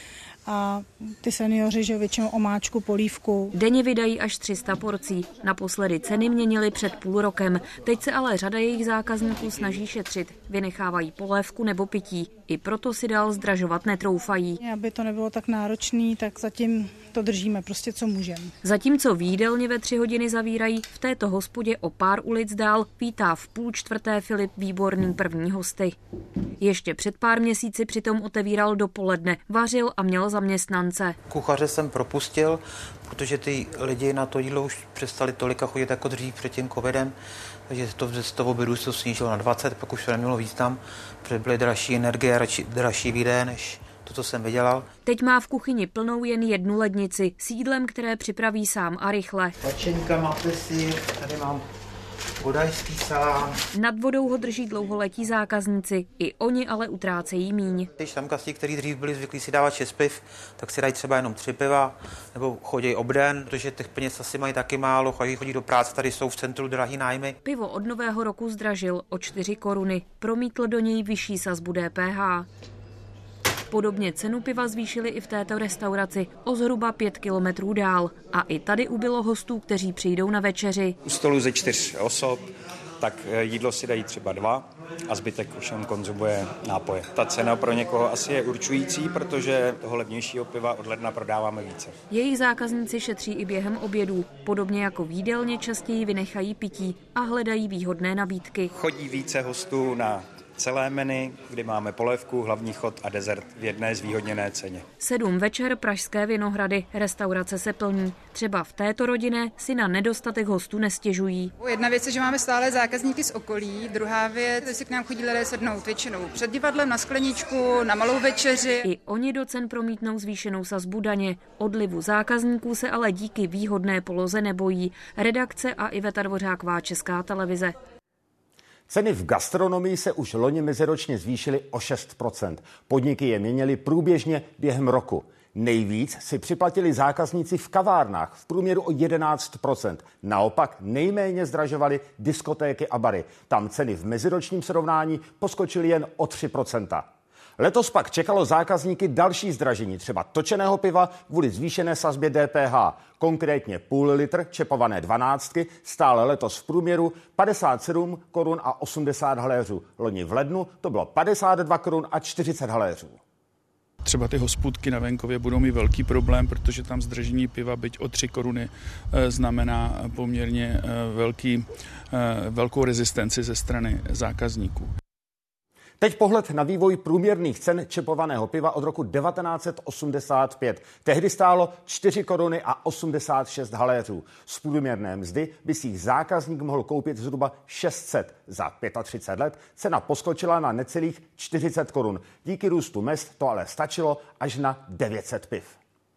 A ty seniori, že většinou omáčku, polívku. Denně vydají až 300 porcí. Naposledy ceny měnili před půl rokem. Teď se ale řada jejich zákazníků snaží šetřit. Vynechávají polévku nebo pití. I proto si dál zdražovat netroufají. Aby to nebylo tak náročný, tak zatím to držíme prostě, co můžeme. Zatímco v jídelně ve 3 hodiny zavírají, v této hospodě o pár ulic dál vítá v 3:30 Filip Výborný první hosty. Ještě před pár měsíci přitom otevíral dopoledne, vařil a měl zaměstnance. Kuchaře jsem propustil, protože ty lidi na to jídlo už přestali tolika chodit jako dřív před tím covidem, takže z toho obědu se snížilo na 20, pak už to nemělo význam, protože byly dražší energie a dražší výdaje než to, co jsem vydělal. Teď má v kuchyni plnou jen jednu lednici s jídlem, které připraví sám a rychle. Pačenka, máte si, tady mám bodajský salám. Nad vodou ho drží dlouholetí zákazníci, i oni ale utrácejí míň. Ty štamkasti, kteří dřív byli zvyklí si dávat 6 piv, tak si dají třeba jenom 3 piva, nebo chodí obden, protože těch peněz asi mají taky málo, chodí do práce, tady jsou v centru drahý nájmy. Pivo od nového roku zdražil o 4 koruny, promítl do něj vyšší sazbu DPH. Podobně cenu piva zvýšili i v této restauraci o zhruba 5 kilometrů dál. A i tady ubylo hostů, kteří přijdou na večeři. U stolu ze 4 osob, tak jídlo si dají třeba 2 a zbytek už jen konzumuje nápoje. Ta cena pro někoho asi je určující, protože toho levnějšího piva od ledna prodáváme více. Jejich zákazníci šetří i během obědů. Podobně jako v jídelně častěji vynechají pití a hledají výhodné nabídky. Chodí více hostů na celé menu, kdy máme polévku, hlavní chod a dezert v jedné zvýhodněné ceně. 7 večer Pražské Vinohrady. Restaurace se plní. Třeba v této rodinné si na nedostatek hostů nestěžují. Jedna věc je, že máme stále zákazníky z okolí. Druhá věc, že si k nám chodí lidé sednout většinou před divadlem, na skleničku, na malou večeři. I oni do cen promítnou zvýšenou sazbu daně. Odlivu zákazníků se ale díky výhodné poloze nebojí. Redakce a Iveta Dvořáková, Česká televize. Ceny v gastronomii se už loni meziročně zvýšily o 6%. Podniky je měnily průběžně během roku. Nejvíc si připlatili zákazníci v kavárnách, v průměru o 11%. Naopak nejméně zdražovaly diskotéky a bary. Tam ceny v meziročním srovnání poskočily jen o 3%. Letos pak čekalo zákazníky další zdražení, třeba točeného piva kvůli zvýšené sazbě DPH. Konkrétně půl litr čepované 12 stále letos v průměru 57 korun a 80 haléřů. Loni v lednu to bylo 52 korun a 40 haléřů. Třeba ty hospůdky na venkově budou mít velký problém, protože tam zdražení piva byť o 3 koruny znamená poměrně velkou rezistenci ze strany zákazníků. Teď pohled na vývoj průměrných cen čepovaného piva od roku 1985. Tehdy stálo 4 koruny a 86 haléřů. Z průměrné mzdy by si jich zákazník mohl koupit zhruba 600. Za 35 let cena poskočila na necelých 40 korun. Díky růstu mezd to ale stačilo až na 900 piv.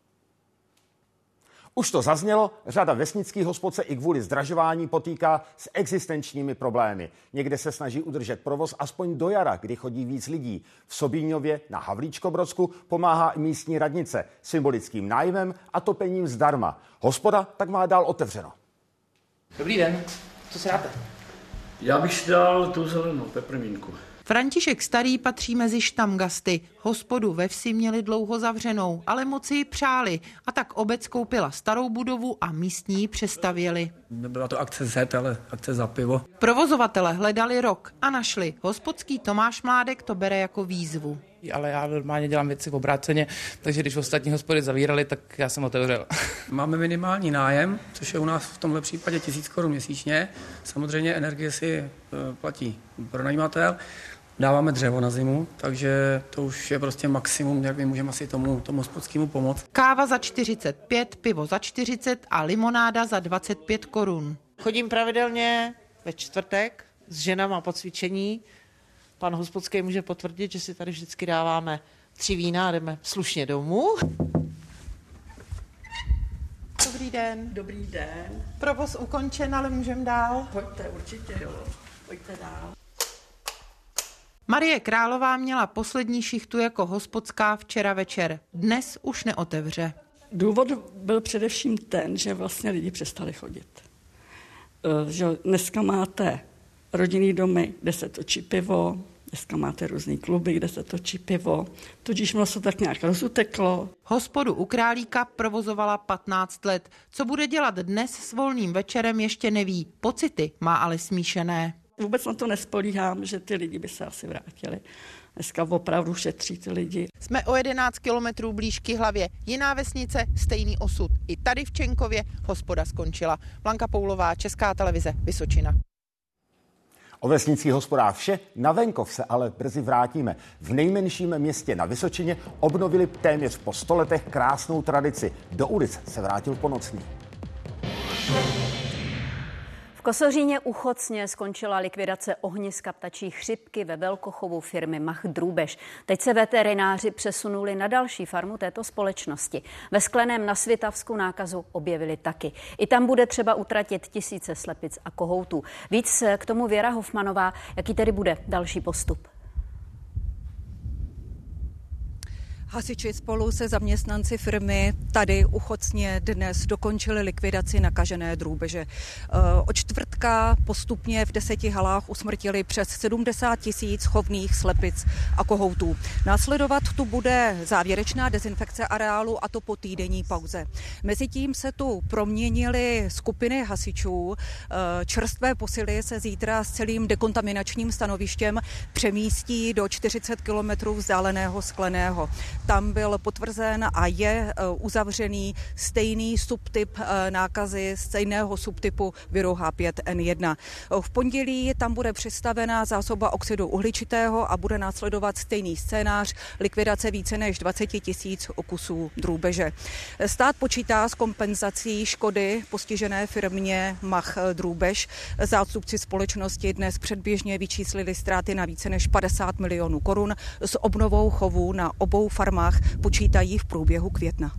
Už to zaznělo, řada vesnických hospod se i kvůli zdražování potýká s existenčními problémy. Někde se snaží udržet provoz aspoň do jara, kdy chodí víc lidí. V Sobíňově na Havlíčkobrodsku pomáhá i místní radnice symbolickým nájmem a topením zdarma. Hospoda tak má dál otevřeno. Dobrý den, co si dáte? Já bych si dal tu zelenou peprmínku. František Starý patří mezi štamgasty. Hospodu ve vsi měli dlouho zavřenou, ale moc ji přáli a tak obec koupila starou budovu a místní ji přestavěli. Nebyla to akce Z, ale akce za pivo. Provozovatele hledali rok a našli. Hospodský Tomáš Mládek to bere jako výzvu. Ale já normálně dělám věci v obráceně, takže když ostatní hospody zavírali, tak já jsem otevřel. Máme minimální nájem, což je u nás v tomhle případě 1000 Kč měsíčně. Samozřejmě energie si platí pronajímatel. Dáváme dřevo na zimu, takže to už je prostě maximum, jak my můžeme asi tomu hospodskému pomoct. Káva za 45, pivo za 40 a limonáda za 25 korun. Chodím pravidelně ve čtvrtek s ženama po cvičení. Pan hospodský může potvrdit, že si tady vždycky dáváme 3 vína a jdeme slušně domů. Dobrý den. Dobrý den. Provoz ukončen, ale můžeme dál. Pojďte, určitě jo. Pojďte dál. Marie Králová měla poslední šichtu jako hospodská včera večer. Dnes už neotevře. Důvod byl především ten, že vlastně lidi přestali chodit. Že dneska máte rodinný domy, kde se točí pivo, dneska máte různý kluby, kde se točí pivo, tudíž ono se tak nějak rozuteklo. Hospodu u Králíka provozovala 15 let. Co bude dělat dnes s volným večerem, ještě neví. Pocity má ale smíšené. Vůbec na to nespolíhám, že ty lidi by se asi vrátili. Dneska opravdu šetří ty lidi. Jsme o 11 kilometrů blíž k Jihlavě. Jiná vesnice, stejný osud. I tady v Čenkově hospoda skončila. Blanka Poulová, Česká televize, Vysočina. O vesnických hospodách vše, na venkov se ale brzy vrátíme. V nejmenším městě na Vysočině obnovili téměř po 100 letech krásnou tradici. Do ulic se vrátil Ponocný. V Kosoříně u Chocně skončila likvidace ohniska ptačí chřipky ve velkochovu firmy Mach Drůbež. Teď se veterináři přesunuli na další farmu této společnosti. Ve Skleném na Svitavsku nákazu objevili taky. I tam bude třeba utratit tisíce slepic a kohoutů. Víc k tomu Věra Hofmanová, jaký tedy bude další postup. Hasiči spolu se zaměstnanci firmy tady u Chocně dnes dokončili likvidaci nakažené drůbeže. Od čtvrtka postupně v 10 halách usmrtili přes 70 000 chovných slepic a kohoutů. Následovat tu bude závěrečná dezinfekce areálu, a to po týdenní pauze. Mezitím se tu proměnily skupiny hasičů. Čerstvé posily se zítra s celým dekontaminačním stanovištěm přemístí do 40 kilometrů vzdáleného Skleného. Tam byl potvrzen a je uzavřený stejný subtyp nákazy, stejného subtypu viru H5N1. V pondělí tam bude přistavena zásoba oxidu uhličitého a bude následovat stejný scénář likvidace více než 20 000 kusů drůbeže. Stát počítá s kompenzací škody postižené firmě Mach Drůbež. Zástupci společnosti dnes předběžně vyčíslili ztráty na více než 50 milionů korun. S obnovou chovů na obou farmách počítají v průběhu května.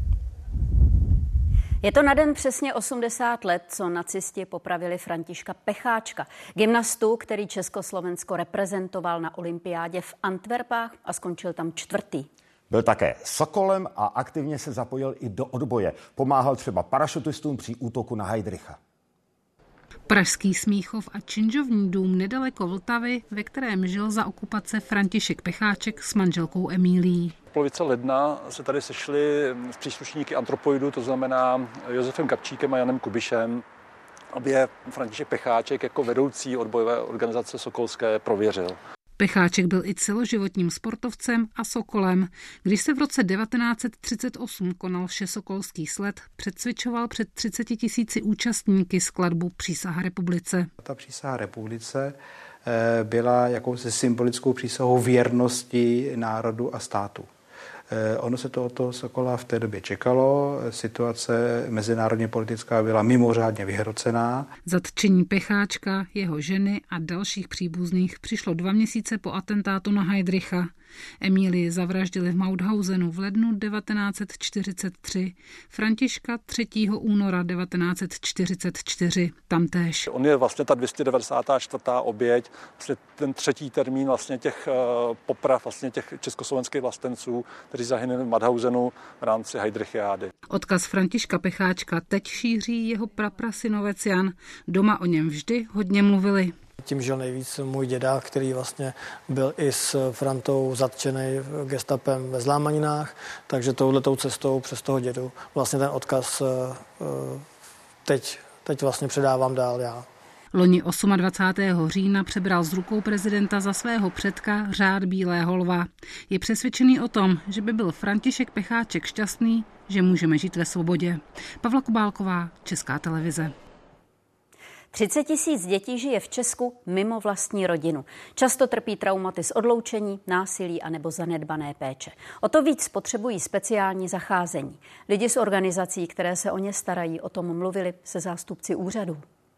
Je to na den přesně 80 let, co nacisti popravili Františka Pecháčka, gymnastu, který Československo reprezentoval na olympiádě v Antwerpách a skončil tam 4. Byl také sokolem a aktivně se zapojil i do odboje. Pomáhal třeba parašutistům při útoku na Heydricha. Pražský Smíchov a činžovní dům nedaleko Vltavy, ve kterém žil za okupace František Pecháček s manželkou Emílií. V polovice ledna se tady sešli s příslušníky antropoidu, to znamená Josefem Kapčíkem a Janem Kubišem, aby je František Pecháček jako vedoucí odbojové organizace sokolské prověřil. Pecháček byl i celoživotním sportovcem a sokolem. Když se v roce 1938 konal všesokolský sled, předcvičoval před 30 000 účastníky skladbu Přísaha republice. Ta přísaha republice byla jakousi symbolickou přísahou věrnosti národu a státu. Ono se to od toho sokola v té době čekalo, situace mezinárodně politická byla mimořádně vyhrocená. Zatčení Pecháčka, jeho ženy a dalších příbuzných přišlo 2 měsíce po atentátu na Heydricha. Emílii zavraždili v Mauthausenu v lednu 1943, Františka 3. února 1944, tamtéž. On je vlastně ta 294. oběť, vlastně ten 3. termín vlastně těch poprav vlastně těch československých vlastenců, kteří zahynuli v Mauthausenu v rámci Heydrichiády. Odkaz Františka Pecháčka teď šíří jeho praprasynovec Jan. Doma o něm vždy hodně mluvili. Tím žil nejvíc můj děda, který vlastně byl i s Frantou zatčený gestapem ve Zlámaninách, takže touhletou cestou přes toho dědu vlastně ten odkaz teď vlastně předávám dál já. Loni 28. října přebral z rukou prezidenta za svého předka řád Bílého lva. Je přesvědčený o tom, že by byl František Pecháček šťastný, že můžeme žít ve svobodě. Pavla Kubálková, Česká televize. 30 000 dětí žije v Česku mimo vlastní rodinu. Často trpí traumaty z odloučení, násilí anebo zanedbané péče. O to víc potřebují speciální zacházení. Lidi z organizací, které se o ně starají, o tom mluvili se zástupci úřadů.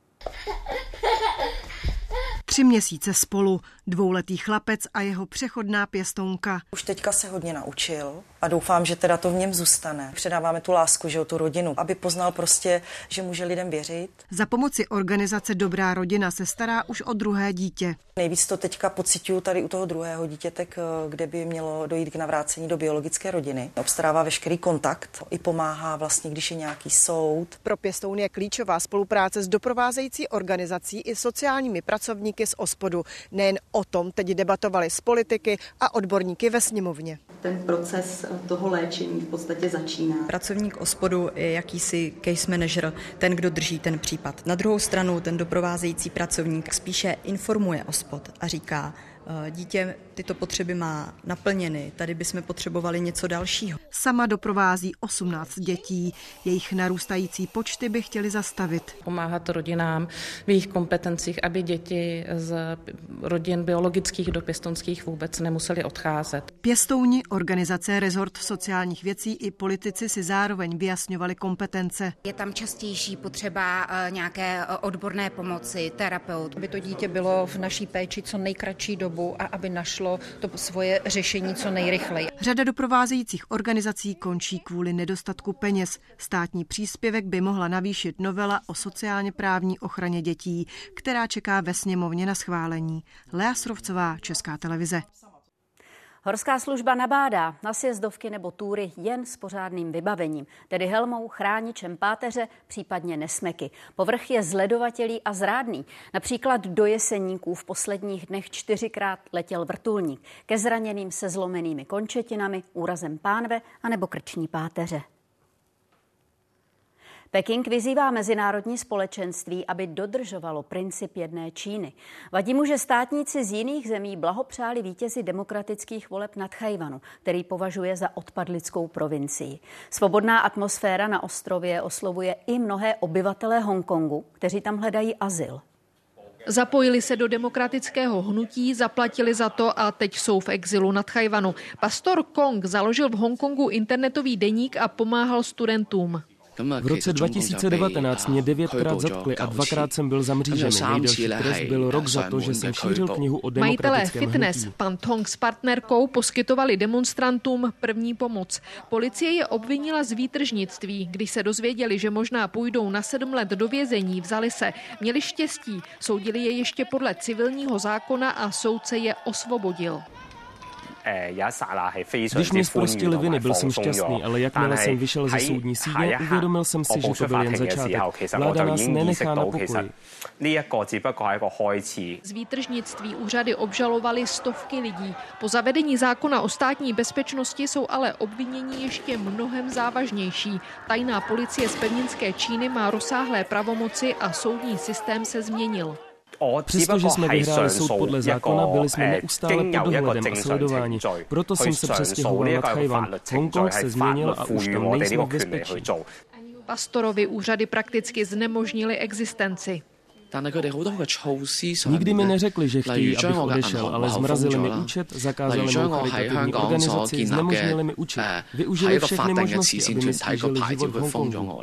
3 měsíce spolu, 2letý chlapec a jeho přechodná pěstounka. Už teďka se hodně naučil a doufám, že teda to v něm zůstane. Předáváme tu lásku, že o tu rodinu, aby poznal prostě, že může lidem věřit. Za pomoci organizace Dobrá rodina se stará už o 2. dítě. Nejvíc to teďka pociťuju tady u toho 2. dítěte, kde by mělo dojít k navrácení do biologické rodiny. Obstarává veškerý kontakt i pomáhá vlastně, když je nějaký soud. Pro pěstouny je klíčová spolupráce s doprovázející organizací i sociálními pracovníky z OSPODu. Nejen o tom teď debatovali s politiky a odborníky ve sněmovně. Ten proces toho léčení v podstatě začíná. Pracovník OSPODu je jakýsi case manager, ten, kdo drží ten případ. Na druhou stranu ten doprovázející pracovník spíše informuje OSPOD a říká, dítě tyto potřeby má naplněny, tady bychom potřebovali něco dalšího. Sama doprovází 18 dětí. Jejich narůstající počty by chtěli zastavit. Pomáhat rodinám v jejich kompetencích, aby děti z rodin biologických do pěstounských vůbec nemuseli odcházet. Pěstouni, organizace, rezort sociálních věcí i politici si zároveň vyjasňovali kompetence. Je tam častější potřeba nějaké odborné pomoci, terapeut. Aby to dítě bylo v naší péči co nejkratší dobu a aby našlo to svoje řešení co nejrychleji. Řada doprovázejících organizací končí kvůli nedostatku peněz. Státní příspěvek by mohla navýšit novela o sociálně právní ochraně dětí, která čeká ve sněmovně na schválení. Lea Srovcová, Česká televize. Horská služba nabádá na sjezdovky nebo túry jen s pořádným vybavením, tedy helmou, chráničem páteře, případně nesmeky. Povrch je zledovatelý a zrádný. Například do Jeseníků v posledních dnech 4krát letěl vrtulník ke zraněným se zlomenými končetinami, úrazem pánve anebo krční páteře. Peking vyzývá mezinárodní společenství, aby dodržovalo princip jedné Číny. Vadí mu, že státníci z jiných zemí blahopřáli vítězi demokratických voleb na Tchaj-wanu, který považuje za odpadlickou provincii. Svobodná atmosféra na ostrově oslovuje i mnohé obyvatele Hongkongu, kteří tam hledají azyl. Zapojili se do demokratického hnutí, zaplatili za to a teď jsou v exilu na Tchaj-wanu. Pastor Kong založil v Hongkongu internetový deník a pomáhal studentům. V roce 2019 mě 9krát zatkli a 2krát jsem byl zamřížený. Nejdelší trest byl rok za to, že jsem šířil knihu o demokratickém hnutí. Majitelé fitness pan Tong s partnerkou poskytovali demonstrantům první pomoc. Policie je obvinila z výtržnictví. Když se dozvěděli, že možná půjdou na 7 let do vězení, vzali se. Měli štěstí, soudili je ještě podle civilního zákona a soudce je osvobodil. Když mě zprostili viny, byl jsem šťastný, ale jakmile jsem vyšel ze soudní síně, uvědomil jsem si, že to byl jen začátek. Vláda nás nenechá na pokoji. Z výtržnictví úřady obžalovaly stovky lidí. Po zavedení zákona o státní bezpečnosti jsou ale obvinění ještě mnohem závažnější. Tajná policie z pevninské Číny má rozsáhlé pravomoci a soudní systém se změnil. Přestože jsme vyhráli soud podle zákona, byli jsme neustále pod dohledem a sledování. Proto jsem se přestěhoval na Tchaj-wan. Hongkong se změnil a už tam nejsme v bezpečí. Pastorovi úřady prakticky znemožnili existenci. Nikdy mi neřekli, že chtějí, abych odešel, ale zmrazili mi účet, zakázali mou charitativní organizaci, znemožnili mi učit. Využili všechny možnosti, aby mi stížili život v Hongkongu.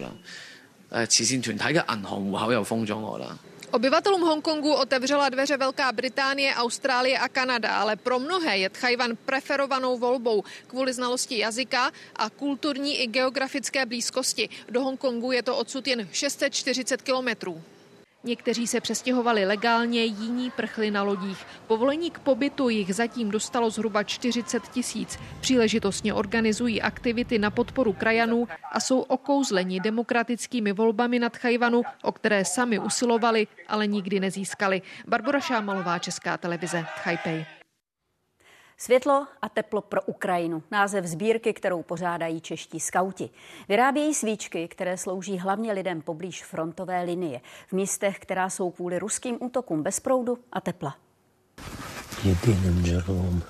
Obyvatelům Hongkongu otevřela dveře Velká Británie, Austrálie a Kanada, ale pro mnohé je Tchaj-wan preferovanou volbou kvůli znalosti jazyka a kulturní i geografické blízkosti. Do Hongkongu je to odsud jen 640 kilometrů. Někteří se přestěhovali legálně, jiní prchli na lodích. Povolení k pobytu jich zatím dostalo zhruba 40 000. Příležitostně organizují aktivity na podporu krajanů a jsou okouzleni demokratickými volbami na Tchaj-wanu, o které sami usilovali, ale nikdy nezískali. Barbora Šámalová, Česká televize, Taipei. Světlo a teplo pro Ukrajinu. Název sbírky, kterou pořádají čeští skauti. Vyrábějí svíčky, které slouží hlavně lidem poblíž frontové linie. V místech, která jsou kvůli ruským útokům bez proudu a tepla. Jediným žarům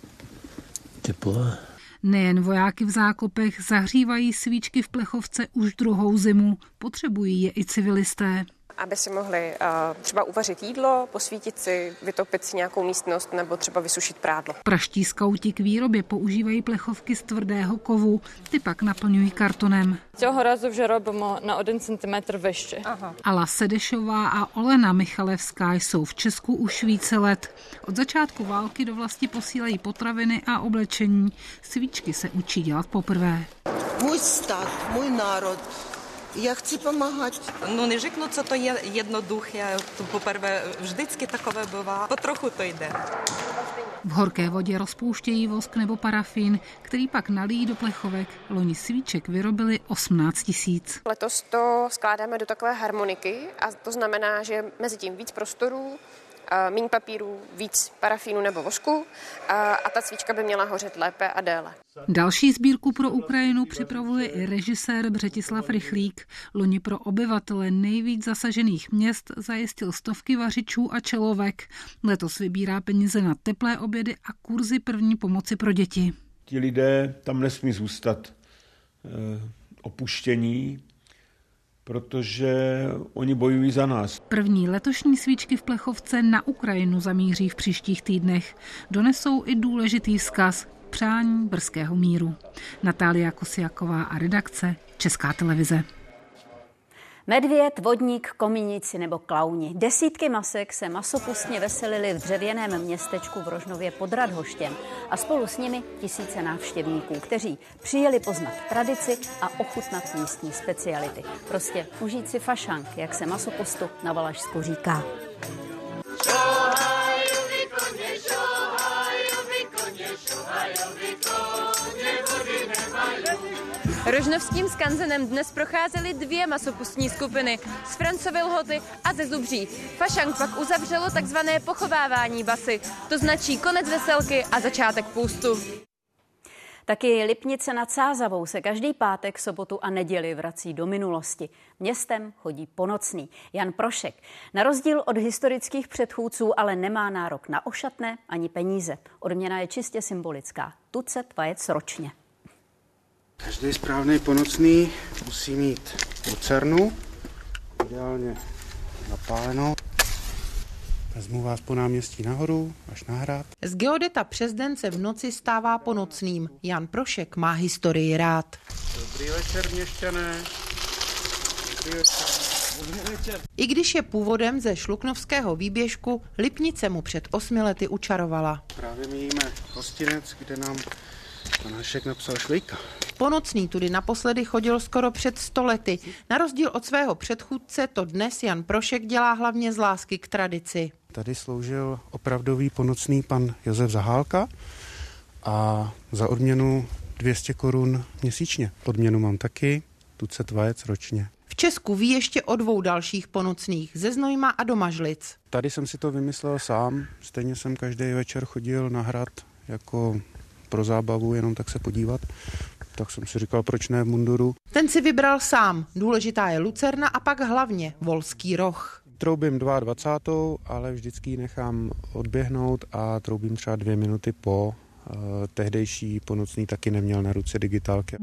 tepla. Nejen vojáky v zákopech zahřívají svíčky v plechovce už druhou zimu. Potřebují je i civilisté. Aby si mohli třeba uvařit jídlo, posvítit si, vytopit si nějakou místnost nebo třeba vysušit prádlo. Praští skauti k výrobě používají plechovky z tvrdého kovu, ty pak naplňují kartonem. Цього разу вже робимо на 1 cm вище. Ala Sedešová a Olena Michalevská jsou v Česku už více let. Od začátku války do vlasti posílají potraviny a oblečení. Svíčky se učí dělat poprvé. Můj stát, můj národ. Já chci pomáhat. No neřeknu, co to je jednoduché. To poprvé vždycky takové bývá. Potrochu to jde. V horké vodě rozpouštějí vosk nebo parafín, který pak nalijí do plechovek. Loni svíček vyrobili 18 000. Letos to skládáme do takové harmoniky a to znamená, že mezi tím víc prostorů, méně papíru, víc parafínu nebo vosku a ta svíčka by měla hořet lépe a déle. Další sbírku pro Ukrajinu připravuje i režisér Břetislav Rychlík. Loni pro obyvatele nejvíc zasažených měst zajistil stovky vařičů a čelovek. Letos vybírá peníze na teplé obědy a kurzy první pomoci pro děti. Ti lidé tam nesmí zůstat opuštění, protože oni bojují za nás. První letošní svíčky v plechovce na Ukrajinu zamíří v příštích týdnech. Donesou i důležitý vzkaz přání brzkého míru. Natália Kosiaková a redakce, Česká televize. Medvěd, vodník, komíníci nebo klauni. Desítky masek se masopustně veselili v dřevěném městečku v Rožnově pod Radhoštěm a spolu s nimi tisíce návštěvníků, kteří přijeli poznat tradici a ochutnat místní speciality. Prostě užít si fašank, jak se masopustu na Valašsku říká. Rožnovským skanzenem dnes procházely 2 masopustní skupiny z Francovy Lhoty a ze Zubří. Fašank pak uzavřelo takzvané pochovávání basy. To značí konec veselky a začátek půstu. Taky Lipnice nad Sázavou se každý pátek, sobotu a neděli vrací do minulosti. Městem chodí ponocný. Jan Prošek na rozdíl od historických předchůdců ale nemá nárok na ošatné ani peníze. Odměna je čistě symbolická. Tucet vajec ročně. Každý správný ponocný musí mít lucernu, ideálně napálenou. Vezmu vás po náměstí nahoru, až na hrad. Z geodeta přes den se v noci stává ponocným. Jan Prošek má historii rád. Dobrý večer, měšťané. Dobrý večer. I když je původem ze šluknovského výběžku, Lipnice mu před 8 lety učarovala. Právě míjíme hostinec, kde nám Hanášek napsal švejka. Ponocný tudy naposledy chodil skoro před 100 lety. Na rozdíl od svého předchůdce to dnes Jan Prošek dělá hlavně z lásky k tradici. Tady sloužil opravdový ponocný pan Josef Zahálka a za odměnu 200 korun měsíčně. Odměnu mám taky, tucet vajec ročně. V Česku ví ještě o 2 dalších ponocných, ze Znojma a Domažlic. Tady jsem si to vymyslel sám, stejně jsem každý večer chodil na hrad jako pro zábavu, jenom tak se podívat. Tak jsem si říkal, proč ne v munduru. Ten si vybral sám. Důležitá je lucerna a pak hlavně volský roh. Troubím 22, ale vždycky ji nechám odběhnout a troubím třeba 2 minuty po. Tehdejší ponocný taky neměl na ruce digitálky.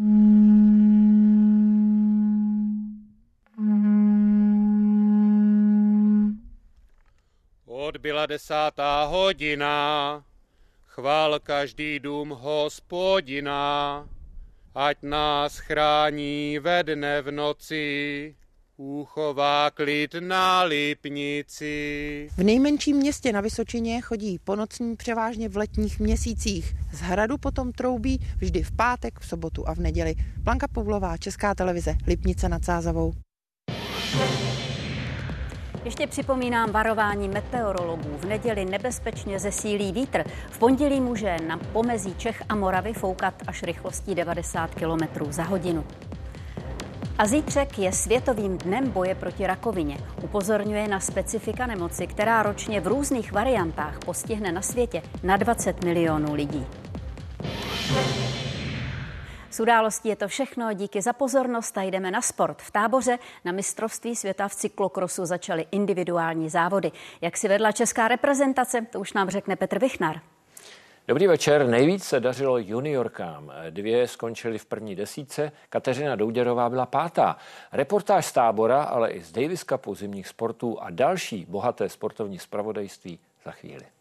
Odbyla 10. hodina, chvál každý dům Hospodina, ať nás chrání ve dne v noci, uchová klid na Lipnici. V nejmenším městě na Vysočině chodí ponocní převážně v letních měsících. Z hradu potom troubí vždy v pátek, v sobotu a v neděli. Blanka Pavlová, Česká televize, Lipnice nad Sázavou. Ještě připomínám varování meteorologů. V neděli nebezpečně zesílí vítr. V pondělí může na pomezí Čech a Moravy foukat až rychlostí 90 km za hodinu. A zítřek je Světovým dnem boje proti rakovině. Upozorňuje na specifika nemoci, která ročně v různých variantách postihne na světě na 20 milionů lidí. Z událostí je to všechno, díky za pozornost a jdeme na sport. V Táboře na mistrovství světa v cyklokrosu začaly individuální závody. Jak si vedla česká reprezentace, to už nám řekne Petr Vichnar. Dobrý večer. Nejvíc se dařilo juniorkám. 2 skončily v první desítce, Kateřina Douděrová byla 5. Reportáž z Tábora, ale i z Davis Cupu zimních sportů a další bohaté sportovní zpravodajství za chvíli.